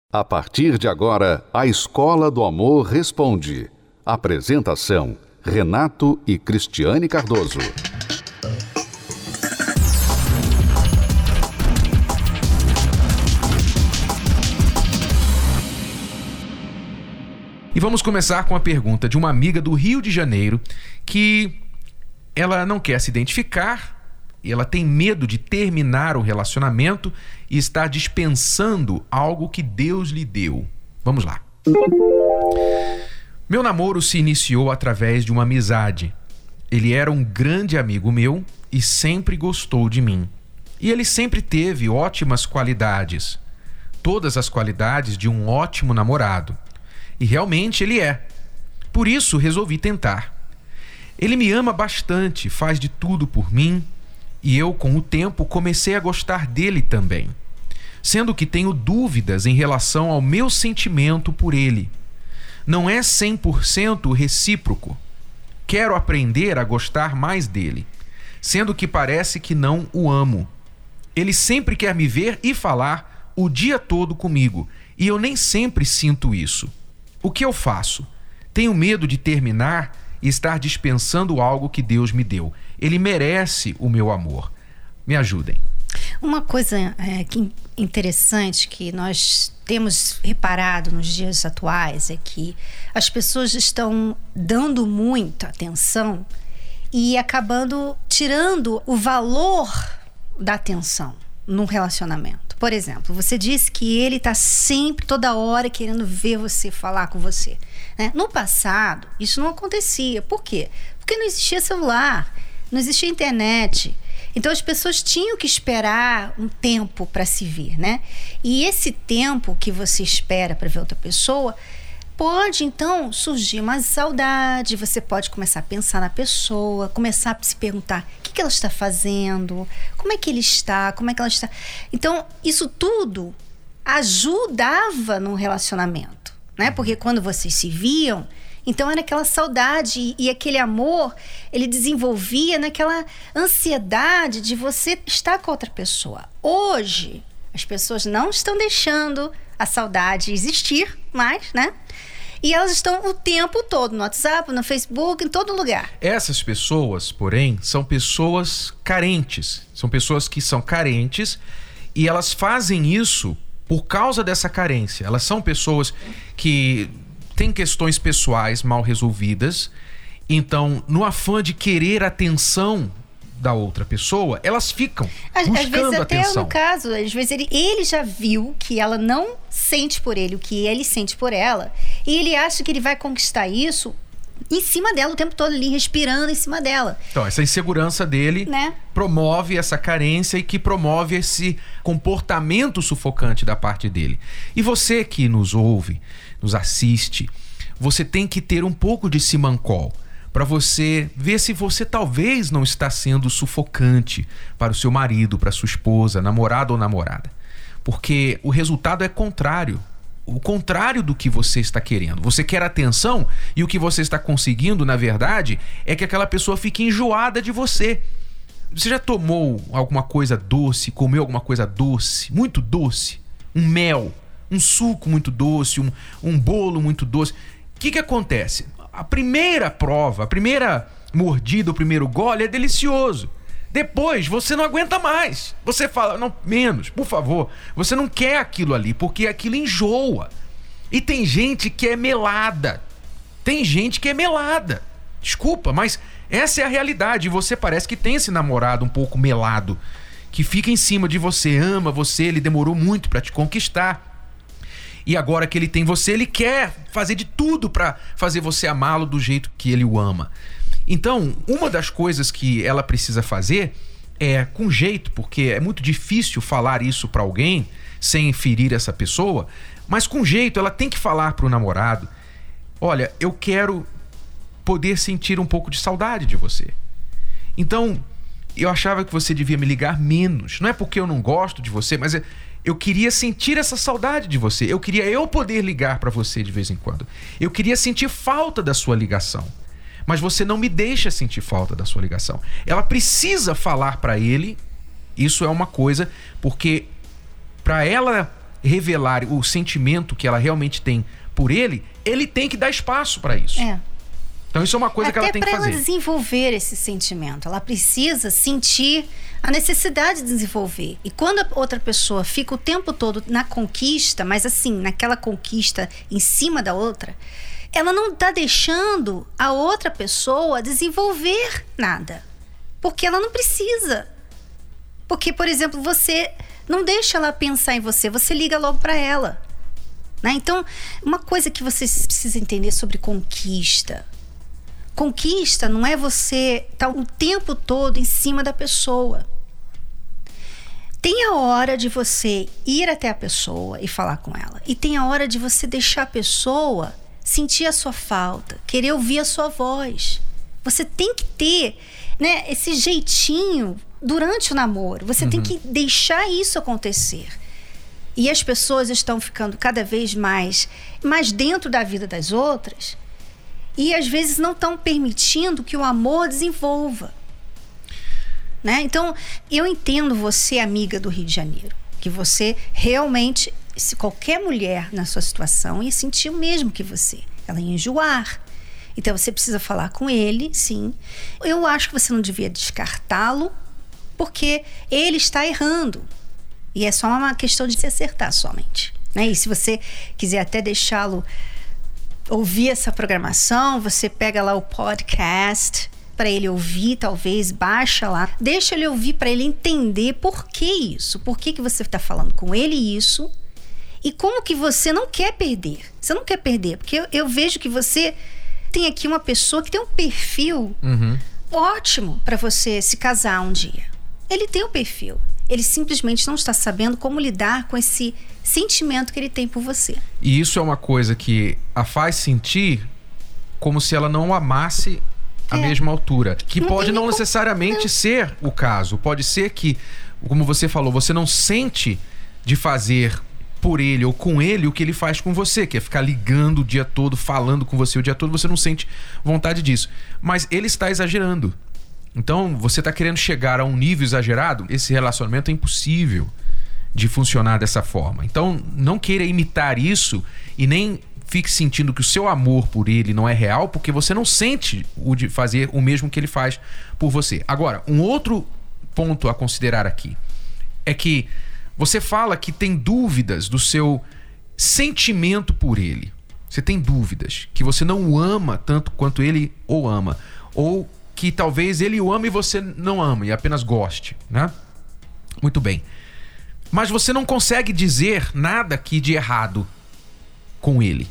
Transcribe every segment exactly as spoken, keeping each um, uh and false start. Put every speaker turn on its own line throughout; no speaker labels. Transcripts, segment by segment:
A partir de agora, a Escola do Amor Responde. Apresentação: Renato e Cristiane Cardoso.
E vamos começar com a pergunta de uma amiga do Rio de Janeiro que ela não quer se identificar e ela tem medo de terminar o relacionamento e está dispensando algo que Deus lhe deu. Vamos lá. Meu namoro se iniciou através de uma amizade. Ele era um grande amigo meu e sempre gostou de mim. E ele sempre teve ótimas qualidades. Todas as qualidades de um ótimo namorado. E realmente ele é. Por isso resolvi tentar. Ele me ama bastante, faz de tudo por mim. E eu, com o tempo, comecei a gostar dele também. Sendo que tenho dúvidas em relação ao meu sentimento por ele. Não é cem por cento recíproco. Quero aprender a gostar mais dele, sendo que parece que não o amo. Ele sempre quer me ver e falar o dia todo comigo, e eu nem sempre sinto isso. O que eu faço? Tenho medo de terminar e estar dispensando algo que Deus me deu. Ele merece o meu amor. Me ajudem.
Uma coisa é, que interessante que nós temos reparado nos dias atuais é que as pessoas estão dando muita atenção e acabando tirando o valor da atenção num relacionamento. Por exemplo, você disse que ele está sempre, toda hora, querendo ver você, falar com você, né? No passado, isso não acontecia. Por quê? Porque não existia celular, não existia internet. Então as pessoas tinham que esperar um tempo para se ver, né? E esse tempo que você espera para ver outra pessoa, pode então surgir uma saudade, você pode começar a pensar na pessoa, começar a se perguntar o que, que ela está fazendo, como é que ele está, como é que ela está. Então isso tudo ajudava no relacionamento, né? Porque quando vocês se viam, então era aquela saudade e aquele amor, ele desenvolvia naquela ansiedade de você estar com outra pessoa. Hoje, as pessoas não estão deixando a saudade existir mais, né? E elas estão o tempo todo no WhatsApp, no Facebook, em todo lugar.
Essas pessoas, porém, são pessoas carentes. São pessoas que são carentes e elas fazem isso por causa dessa carência. Elas são pessoas que têm questões pessoais mal resolvidas. Então, no afã de querer atenção da outra pessoa, elas ficam
às,
buscando
às vezes até
atenção.
No caso, às vezes ele, ele já viu que ela não sente por ele o que ele sente por ela, e ele acha que ele vai conquistar isso em cima dela o tempo todo ali, respirando em cima dela.
Então, essa insegurança dele, né, promove essa carência e que promove esse comportamento sufocante da parte dele. E você que nos ouve, nos assiste, você tem que ter um pouco de simancol para você ver se você talvez não está sendo sufocante para o seu marido, para sua esposa, namorado ou namorada. Porque o resultado é contrário. O contrário do que você está querendo. Você quer atenção e o que você está conseguindo, na verdade, é que aquela pessoa fique enjoada de você. Você já tomou alguma coisa doce, comeu alguma coisa doce, muito doce? Um mel, um suco muito doce, um, um bolo muito doce. O que que acontece? A primeira prova, a primeira mordida, o primeiro gole é delicioso. Depois você não aguenta mais. Você fala, não, menos, por favor. Você não quer aquilo ali, porque aquilo enjoa. E tem gente que é melada. Tem gente que é melada. Desculpa, mas essa é a realidade. E você parece que tem esse namorado um pouco melado, que fica em cima de você, ama você, ele demorou muito para te conquistar. E agora que ele tem você, ele quer fazer de tudo para fazer você amá-lo do jeito que ele o ama. Então, uma das coisas que ela precisa fazer é com jeito, porque é muito difícil falar isso para alguém sem ferir essa pessoa, mas com jeito ela tem que falar para o namorado: olha, eu quero poder sentir um pouco de saudade de você. Então, eu achava que você devia me ligar menos. Não é porque eu não gosto de você, mas é... eu queria sentir essa saudade de você. Eu queria eu poder ligar para você de vez em quando. Eu queria sentir falta da sua ligação. Mas você não me deixa sentir falta da sua ligação. Ela precisa falar para ele. Isso é uma coisa, porque para ela revelar o sentimento que ela realmente tem por ele, ele tem que dar espaço para isso.
É.
Então isso é uma coisa
Até
que ela tem que fazer.
Para ela desenvolver esse sentimento, ela precisa sentir a necessidade de desenvolver. E quando a outra pessoa fica o tempo todo na conquista, mas assim, naquela conquista em cima da outra, ela não está deixando a outra pessoa desenvolver nada. Porque ela não precisa. Porque, por exemplo, você não deixa ela pensar em você, você liga logo para ela. Né? Então, uma coisa que você precisa entender sobre conquista. Conquista não é você estar o tempo todo em cima da pessoa. Tem a hora de você ir até a pessoa e falar com ela. E tem a hora de você deixar a pessoa sentir a sua falta, querer ouvir a sua voz. Você tem que ter, né, esse jeitinho durante o namoro. Você uhum. tem que deixar isso acontecer. E as pessoas estão ficando cada vez mais, mais dentro da vida das outras e às vezes não estão permitindo que o amor desenvolva. Né? Então, eu entendo você, amiga do Rio de Janeiro, que você realmente, se qualquer mulher na sua situação ia sentir o mesmo que você, ela ia enjoar. Então, você precisa falar com ele, sim. Eu acho que você não devia descartá-lo, porque ele está errando. E é só uma questão de se acertar somente. Né? E se você quiser até deixá-lo ouvir essa programação, você pega lá o podcast para ele ouvir, talvez, baixa lá. Deixa ele ouvir para ele entender por que isso. Por que, que você está falando com ele isso. E como que você não quer perder. Você não quer perder, porque eu, eu vejo que você tem aqui uma pessoa que tem um perfil uhum. ótimo para você se casar um dia. Ele tem um perfil. Ele simplesmente não está sabendo como lidar com esse sentimento que ele tem por você.
E isso é uma coisa que a faz sentir como se ela não o amasse à é. mesma altura. Que não pode não necessariamente não. ser o caso. Pode ser que, como você falou, você não sente de fazer por ele ou com ele o que ele faz com você, que é ficar ligando o dia todo, falando com você o dia todo, você não sente vontade disso. Mas ele está exagerando. Então, você está querendo chegar a um nível exagerado, esse relacionamento é impossível de funcionar dessa forma. Então, não queira imitar isso e nem fique sentindo que o seu amor por ele não é real, porque você não sente o de fazer o mesmo que ele faz por você. Agora, um outro ponto a considerar aqui é que você fala que tem dúvidas do seu sentimento por ele. Você tem dúvidas, que você não o ama tanto quanto ele o ama. Ou que talvez ele o ame e você não ama e apenas goste, né? Muito bem. Mas você não consegue dizer nada aqui de errado com ele.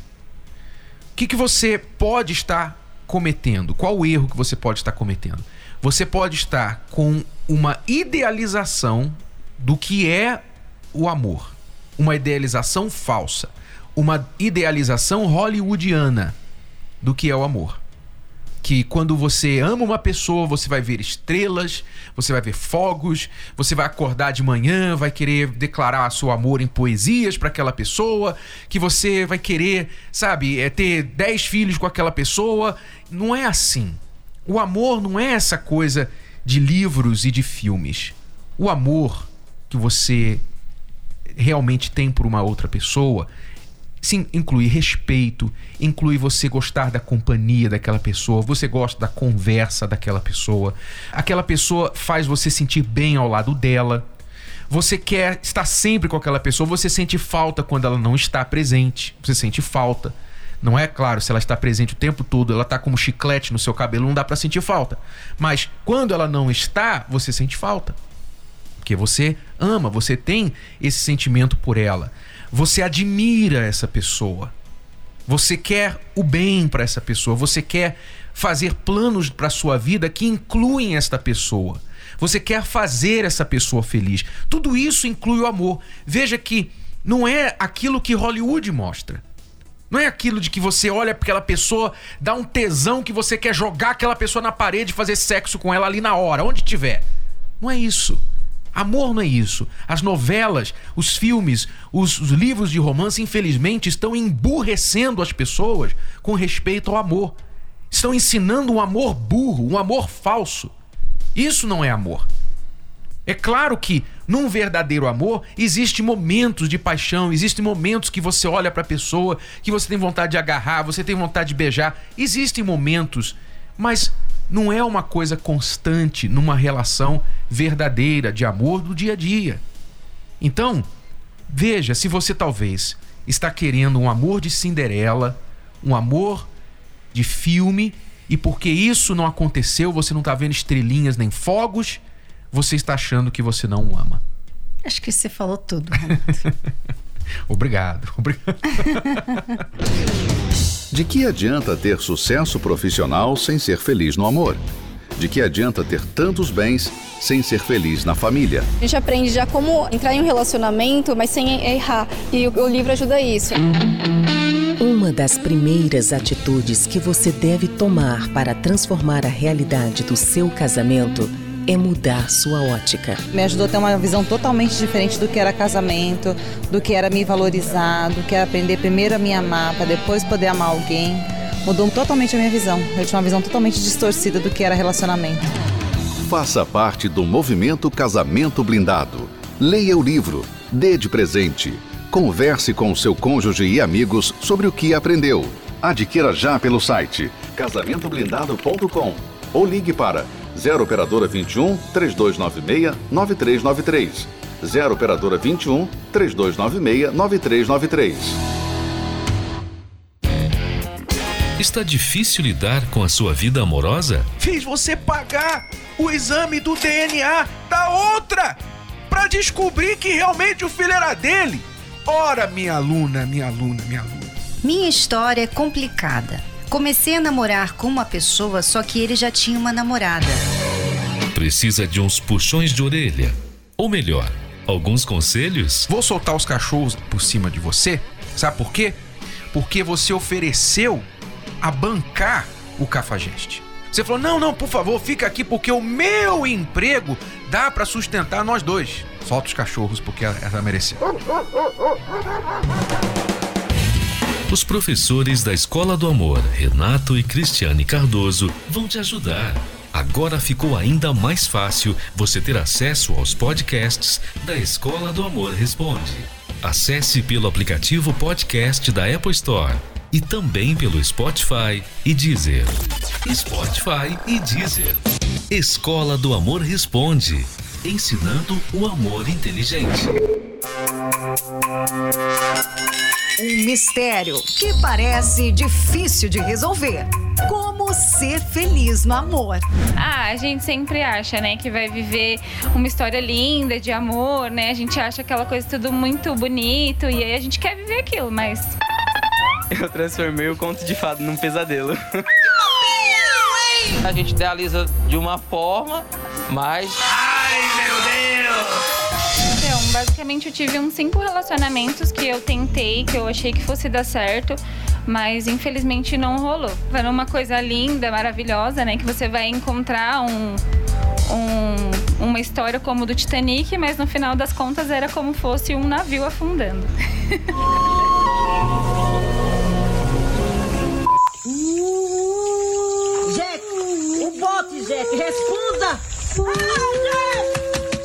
O que, que você pode estar cometendo? Qual o erro que você pode estar cometendo? Você pode estar com uma idealização do que é o amor. Uma idealização falsa. Uma idealização hollywoodiana do que é o amor. Que quando você ama uma pessoa, você vai ver estrelas, você vai ver fogos, você vai acordar de manhã, vai querer declarar seu amor em poesias para aquela pessoa, que você vai querer, sabe, é, ter dez filhos com aquela pessoa. Não é assim. O amor não é essa coisa de livros e de filmes. O amor que você realmente tem por uma outra pessoa, sim, inclui respeito, inclui você gostar da companhia daquela pessoa, você gosta da conversa daquela pessoa, aquela pessoa faz você sentir bem ao lado dela, você quer estar sempre com aquela pessoa, você sente falta quando ela não está presente, você sente falta. Não é claro, se ela está presente o tempo todo, ela está como chiclete no seu cabelo, não dá para sentir falta. Mas quando ela não está, você sente falta. Porque você ama, você tem esse sentimento por ela. Você admira essa pessoa. Você quer o bem para essa pessoa. Você quer fazer planos para a sua vida que incluem esta pessoa. Você quer fazer essa pessoa feliz. Tudo isso inclui o amor. Veja que não é aquilo que Hollywood mostra. Não é aquilo de que você olha para aquela pessoa, dá um tesão que você quer jogar aquela pessoa na parede e fazer sexo com ela ali na hora, onde tiver. Não é isso. Amor não é isso. As novelas, os filmes, os, os livros de romance, infelizmente, estão emburrecendo as pessoas com respeito ao amor. Estão ensinando um amor burro, um amor falso. Isso não é amor. É claro que Num verdadeiro amor, existem momentos de paixão, existem momentos que você olha para a pessoa, que você tem vontade de agarrar, você tem vontade de beijar. Existem momentos, mas não é uma coisa constante numa relação verdadeira de amor do dia a dia. Então, veja se você talvez está querendo um amor de Cinderela, um amor de filme, e porque isso não aconteceu, você não está vendo estrelinhas nem fogos, você está achando que você não o ama.
Acho que você falou tudo, Renato.
Obrigado. Obrigado.
De que adianta ter sucesso profissional sem ser feliz no amor? De que adianta ter tantos bens sem ser feliz na família?
A gente aprende já como entrar em um relacionamento, mas sem errar. E o, o livro ajuda isso.
Uma das primeiras atitudes que você deve tomar para transformar a realidade do seu casamento é mudar sua ótica.
Me ajudou a ter uma visão totalmente diferente do que era casamento, do que era me valorizar, do que era aprender primeiro a me amar, para depois poder amar alguém. Mudou totalmente a minha visão. Eu tinha uma visão totalmente distorcida do que era relacionamento.
Faça parte do movimento Casamento Blindado. Leia o livro, dê de presente. Converse com seu cônjuge e amigos sobre o que aprendeu. Adquira já pelo site casamento blindado ponto com ou ligue para zero operadora vinte e um, três dois nove seis, nove três nove três. zero operadora vinte e um, três dois nove seis, nove três nove três.
Está difícil lidar com a sua vida amorosa?
Fiz você pagar o exame do D N A da outra para descobrir que realmente o filho era dele. Ora, minha aluna, minha aluna, minha aluna.
Minha história é complicada. Comecei a namorar com uma pessoa, só que ele já tinha uma namorada.
Precisa de uns puxões de orelha. Ou melhor, alguns conselhos?
Vou soltar os cachorros por cima de você. Sabe por quê? Porque você ofereceu a bancar o Cafajeste. Você falou, não, não, por favor, fica aqui porque o meu emprego dá pra sustentar nós dois. Solta os cachorros porque ela mereceu.
Os professores da Escola do Amor, Renato e Cristiane Cardoso, vão te ajudar. Agora ficou ainda mais fácil você ter acesso aos podcasts da Escola do Amor Responde. Acesse pelo aplicativo podcast da Apple Store e também pelo Spotify e Deezer. Spotify e Deezer. Escola do Amor Responde. Ensinando o amor inteligente.
Um mistério que parece difícil de resolver. Como ser feliz no amor?
Ah, a gente sempre acha, né, que vai viver uma história linda de amor, né? A gente acha aquela coisa tudo muito bonito e aí a gente quer viver aquilo, mas...
Eu transformei o conto de fada num pesadelo. A gente idealiza de uma forma, mas...
Ai, meu Deus!
Então, basicamente eu tive uns cinco relacionamentos que eu tentei, que eu achei que fosse dar certo, mas infelizmente não rolou. Era uma coisa linda, maravilhosa, né? Que você vai encontrar um, um, uma história como do Titanic, mas no final das contas era como fosse um navio afundando.
Jack! O bote, Jack! Responda! Ah, Jack!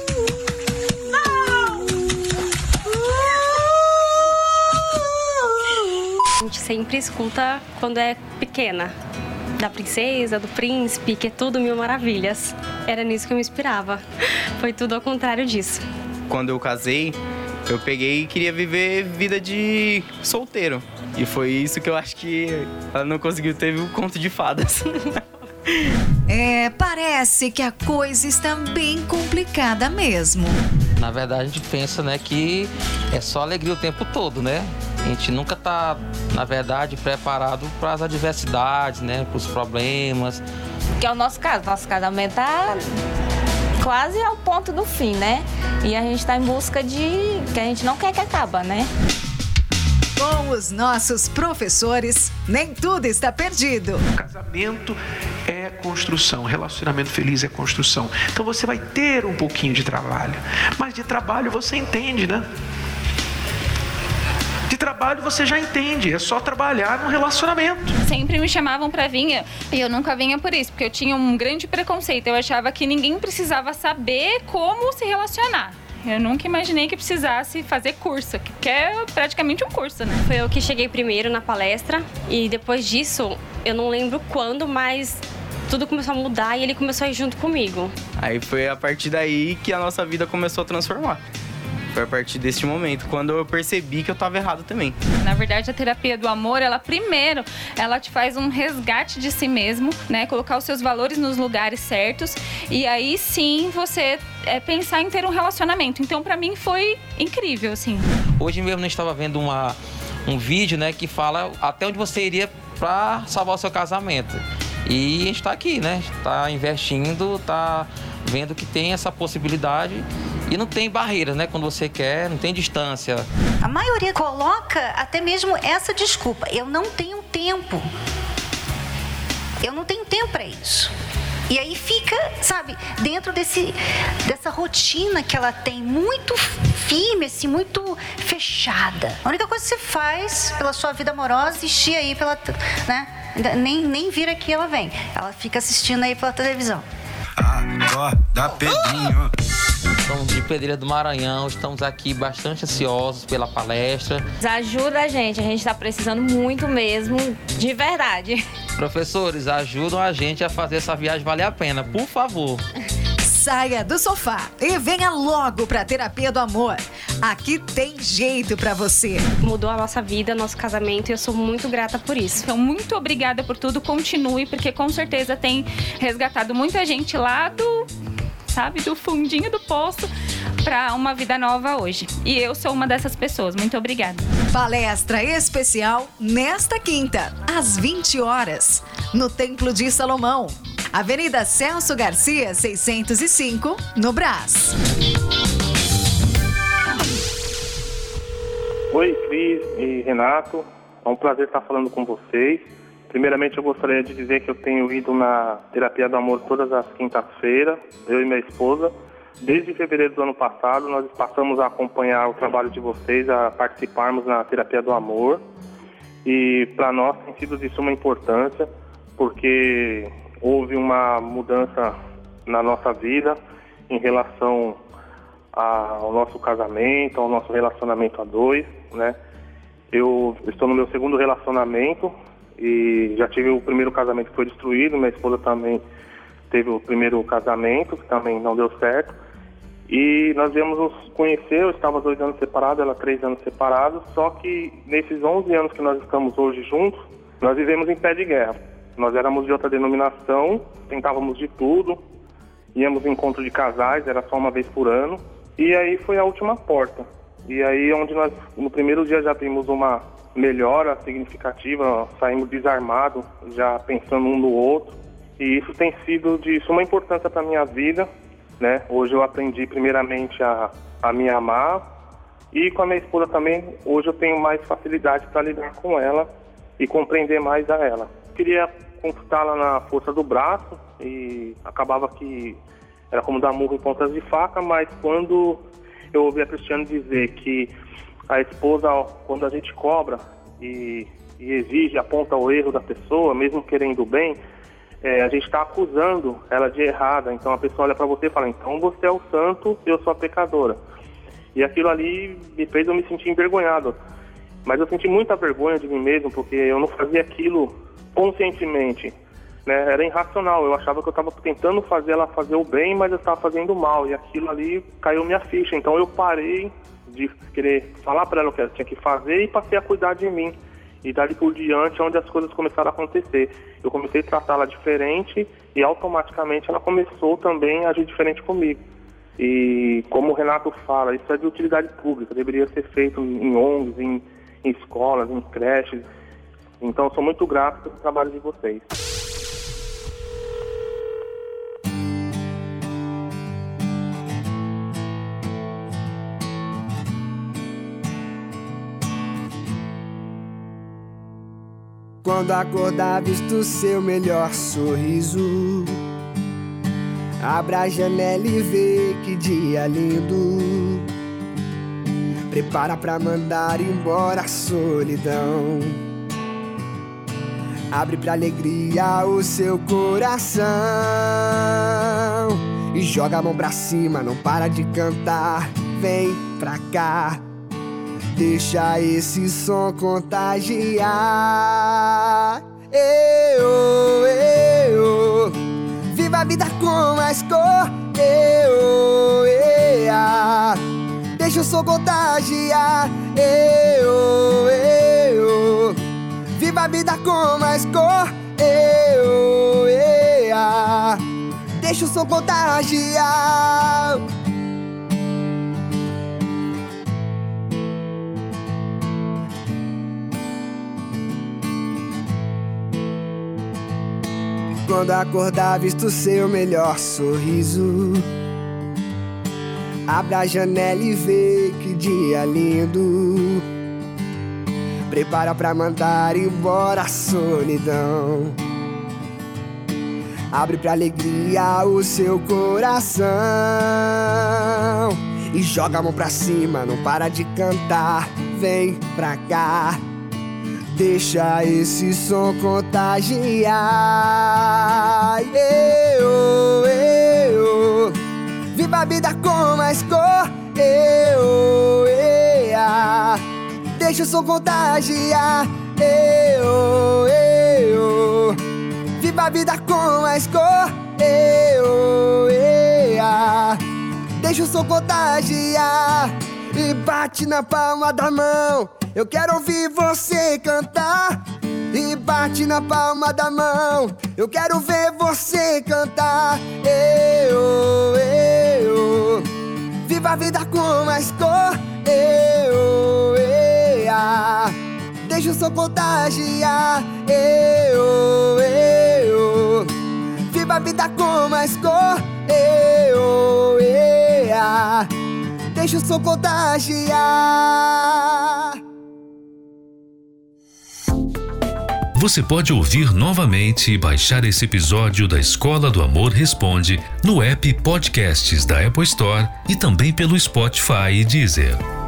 A gente sempre escuta quando é pequena, da princesa, do príncipe, que é tudo mil maravilhas. Era nisso que eu me inspirava. Foi tudo ao contrário disso.
Quando eu casei, eu peguei e queria viver vida de solteiro. E foi isso que eu acho que ela não conseguiu, teve o conto de fadas.
É, parece que a coisa está bem complicada mesmo.
Na verdade, a gente pensa, né, que é só alegria o tempo todo, né? A gente nunca tá, na verdade, preparado para as adversidades, né, para os problemas.
Que é o nosso caso. Nosso casamento tá quase ao ponto do fim, né? E a gente tá em busca de... que a gente não quer que acaba, né?
Com os nossos professores, nem tudo está perdido.
Casamento é construção, relacionamento feliz é construção. Então você vai ter um pouquinho de trabalho, mas de trabalho você entende, né? De trabalho você já entende, é só trabalhar no relacionamento.
Sempre me chamavam pra vir e eu nunca vinha por isso, porque eu tinha um grande preconceito. Eu achava que ninguém precisava saber como se relacionar. Eu nunca imaginei que precisasse fazer curso, que é praticamente um curso, né?
Foi eu que cheguei primeiro na palestra e depois disso, eu não lembro quando, mas tudo começou a mudar e ele começou a ir junto comigo.
Aí foi a partir daí que a nossa vida começou a transformar. Foi a partir deste momento, quando eu percebi que eu estava errado também.
Na verdade, a terapia do amor, ela primeiro, ela te faz um resgate de si mesmo, né? Colocar os seus valores nos lugares certos. E aí, sim, você é, pensar em ter um relacionamento. Então, pra mim, foi incrível, assim.
Hoje mesmo eu estava vendo uma, um vídeo, né, que fala até onde você iria para salvar o seu casamento. E a gente está aqui, né? Está investindo, está vendo que tem essa possibilidade. E não tem barreira, né? Quando você quer, não tem distância.
A maioria coloca até mesmo essa desculpa. Eu não tenho tempo. Eu não tenho tempo para isso. E aí fica, sabe, dentro desse, dessa rotina que ela tem, muito firme, assim, muito fechada. A única coisa que você faz pela sua vida amorosa é assistir aí pela, né? Nem, nem vira aqui ela vem. Ela fica assistindo aí pela televisão.
Acorda, Pedrinho. Somos de Pedreira do Maranhão, estamos aqui bastante ansiosos pela palestra.
Ajuda a gente, a gente está precisando muito mesmo, de verdade.
Professores, ajudam a gente a fazer essa viagem valer a pena, por favor.
Saia do sofá e venha logo para a Terapia do Amor. Aqui tem jeito para você.
Mudou a nossa vida, nosso casamento, e eu sou muito grata por isso.
Então, muito obrigada por tudo. Continue, porque com certeza tem resgatado muita gente lá do, sabe, do fundinho do poço para uma vida nova hoje. E eu sou uma dessas pessoas. Muito obrigada.
Palestra especial nesta quinta, às vinte horas, no Templo de Salomão. Avenida Celso Garcia, seiscentos e cinco, no Brás.
Oi, Cris e Renato. É um prazer estar falando com vocês. Primeiramente, eu gostaria de dizer que eu tenho ido na Terapia do Amor todas as quintas-feiras, eu e minha esposa. Desde fevereiro do ano passado, nós passamos a acompanhar o trabalho de vocês, a participarmos na Terapia do Amor. E para nós tem sido de suma importância, porque houve uma mudança na nossa vida em relação ao nosso casamento, ao nosso relacionamento a dois, né? Eu estou no meu segundo relacionamento e já tive o primeiro casamento que foi destruído, minha esposa também teve o primeiro casamento, que também não deu certo. E nós viemos nos conhecer, eu estava dois anos separado, ela três anos separados, só que nesses onze anos que nós estamos hoje juntos, nós vivemos em pé de guerra. Nós éramos de outra denominação, tentávamos de tudo, íamos em encontro de casais, era só uma vez por ano, e aí foi a última porta. E aí onde nós, no primeiro dia já vimos uma melhora significativa, saímos desarmados, já pensando um no outro, e isso tem sido de suma importância para a minha vida, né? Hoje eu aprendi primeiramente a, a me amar, e com a minha esposa também, hoje eu tenho mais facilidade para lidar com ela e compreender mais a ela. Queria conquistá-la na força do braço e acabava que era como dar murro em pontas de faca, mas quando eu ouvi a Cristiane dizer que a esposa, quando a gente cobra e, e exige, aponta o erro da pessoa, mesmo querendo bem, é, a gente está acusando ela de errada. Então a pessoa olha para você e fala, então você é o santo e eu sou a pecadora. E aquilo ali me fez eu me sentir envergonhado. Mas eu senti muita vergonha de mim mesmo, porque eu não fazia aquilo conscientemente, né? Era irracional, eu achava que eu estava tentando fazer ela fazer o bem, mas eu estava fazendo o mal, e aquilo ali caiu minha ficha. Então eu parei de querer falar para ela o que ela tinha que fazer e passei a cuidar de mim. E dali por diante, onde as coisas começaram a acontecer. Eu comecei a tratá-la diferente e automaticamente ela começou também a agir diferente comigo. E como o Renato fala, isso é de utilidade pública, deveria ser feito em O N Gs, em, em escolas, em creches. Então, eu sou muito grato pelo trabalho de vocês.
Quando acordar, visto o seu melhor sorriso, abra a janela e vê que dia lindo. Prepara pra mandar embora a solidão. Abre pra alegria o seu coração e joga a mão pra cima, não para de cantar. vem pra cá. Deixa esse som contagiar. Eu, eu, viva a vida com mais cor. Eu, eu, deixa o som contagiar. Eu, eu, viva a vida com mais cor. Eu, eu, deixa o som contagiar. Quando acordar, visto seu melhor sorriso. Abra a janela e vê que dia lindo. Prepara pra mandar embora a solidão. Abre pra alegria o seu coração e joga a mão pra cima, não para de cantar. Vem pra cá, deixa esse som contagiar. Eu, eu, viva a vida com mais cor. Eu, eu, deixa o som contagiar. Eu, eu, viva a vida com mais cor. Eu, eu, deixa o som contagiar. E bate na palma da mão, eu quero ouvir você cantar. E bate na palma da mão, eu quero ver você cantar. Eu, eu, viva a vida com mais cor. Eu, eu, deixa o som contagiar. Eu, eu, viva a vida com mais cor. Eu, eu, deixa o som contagiar.
Você pode ouvir novamente e baixar esse episódio da Escola do Amor Responde no app Podcasts da Apple Store e também pelo Spotify e Deezer.